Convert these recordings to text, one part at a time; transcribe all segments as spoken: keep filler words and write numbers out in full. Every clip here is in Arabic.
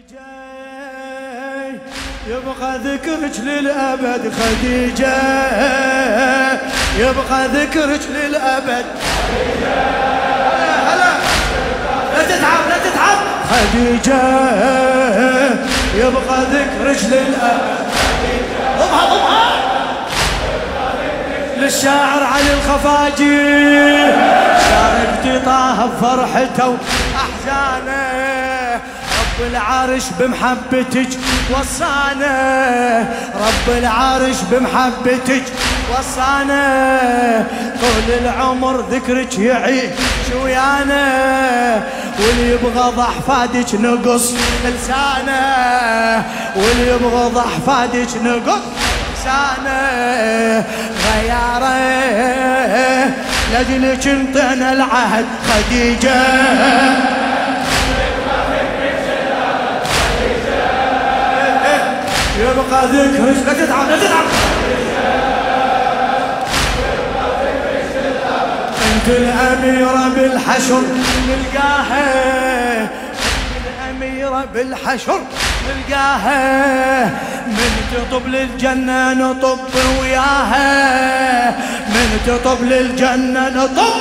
خديجة يبقى ذكرك للأبد خديجة، يبقى ذكرك للأبد خديجة. هلا لا تتعب لا تتعب خديجة، يبقى ذكرك للأبد خديجة. ضبها ضبها للشاعر علي الخفاجي، شاركت طه بفرحته وأحزانه، رب العرش بمحبتك وصانا، رب العرش بمحبتك وصانا، طول العمر ذكرك يعيش ويانا، واللي يبغض احفادك نقص لسانه، واللي يبغض احفادك نقص لسانه، غياره لاجلك انطينا العهد خديجة، يبقى ذكرك لا تتعب لا تتعب انت الأميرة بالحشر نلقاها، انت الأميرة بالحشر نلقاها، من تطب للجنة نطب وياها، من تطب للجنة نطب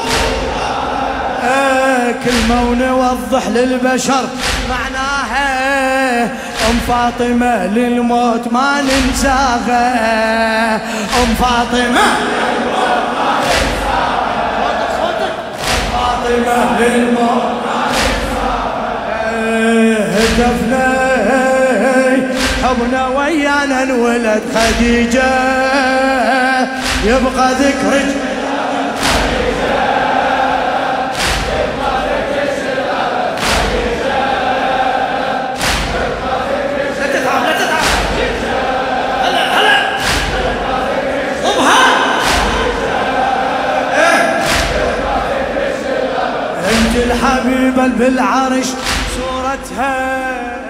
آه كلمة ونوضح للبشر معناها، أم فاطمة للموت ما ننساها، أم فاطمة للموت ما ننساها، أم فاطمة للموت ما ننساها، هتفنا حبنا ويانا انولد خديجة، يبقى ذكرك الحبيبة بالعرش صورتها،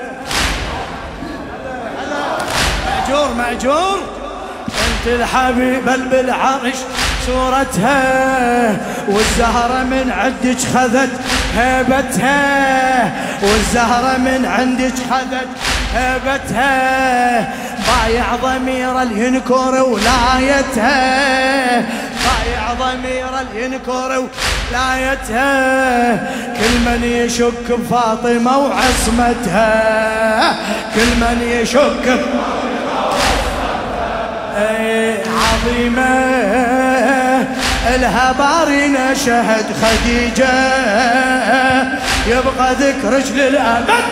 مأجور مأجور انت الحبيبة بالعرش صورتها، والزهرة من عندك خذت هيبتها، والزهرة من عندك خذت هيبتها، بايع ضمير الينكر ولايتها، بايع ضمير الينكر ولايتها، كل من يشك بفاطمة وعصمتها، كل من يشك بفاطمة وعصمتها، عظيمة الها بارينا شهد خديجة، يبقى ذكرك للأبد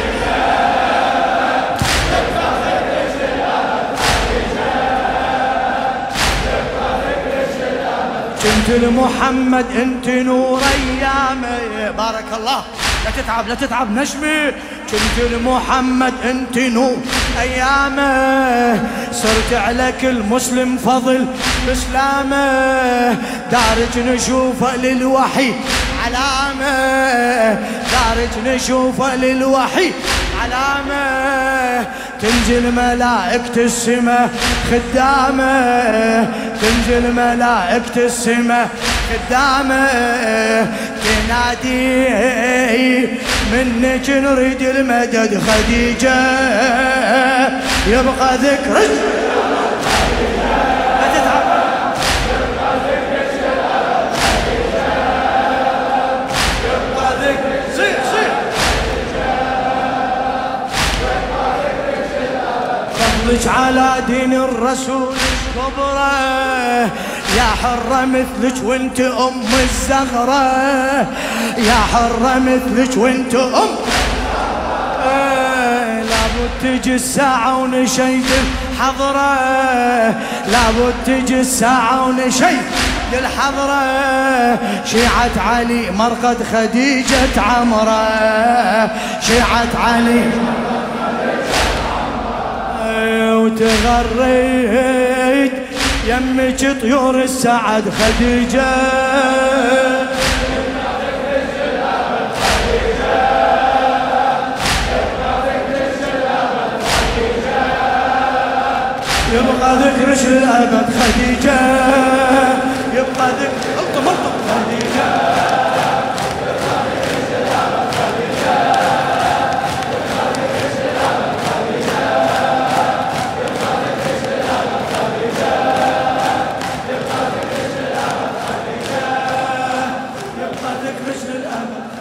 كنت لمحمد انت نور ايامي، بارك الله لا تتعب لا تتعب نشمي، كنت لمحمد انت نور ايامه، صرت على كل مسلم فضل باسلامه، دارج نشوفه للوحي علامه، دارج نشوفه للوحي علامه، تنزل ملائكة السماء خدامه، تنزل ملائكة السماء خدامه، تنادي منك نريد المدد خديجة، يبقى ذكرك لا تتعب، يبقى ذكرك يبقى ذكرك صير صير فضلك على دين الرسول كبرى، يا حرة مثلك وانت ام الزهرة، يا حرة مثلك وانت ام آه لابد تجي الساعة ونشيد الحضرة، لابد تجي الساعة ونشيد الحضرة، شيعة علي مرقد خديجة عمرة، شيعة علي وتغريت يمك طيور السعد خديجة، يبقى ذكرك للأبد خديجة، يبقى ذكر الطم الطم خديجة، حسن الأمل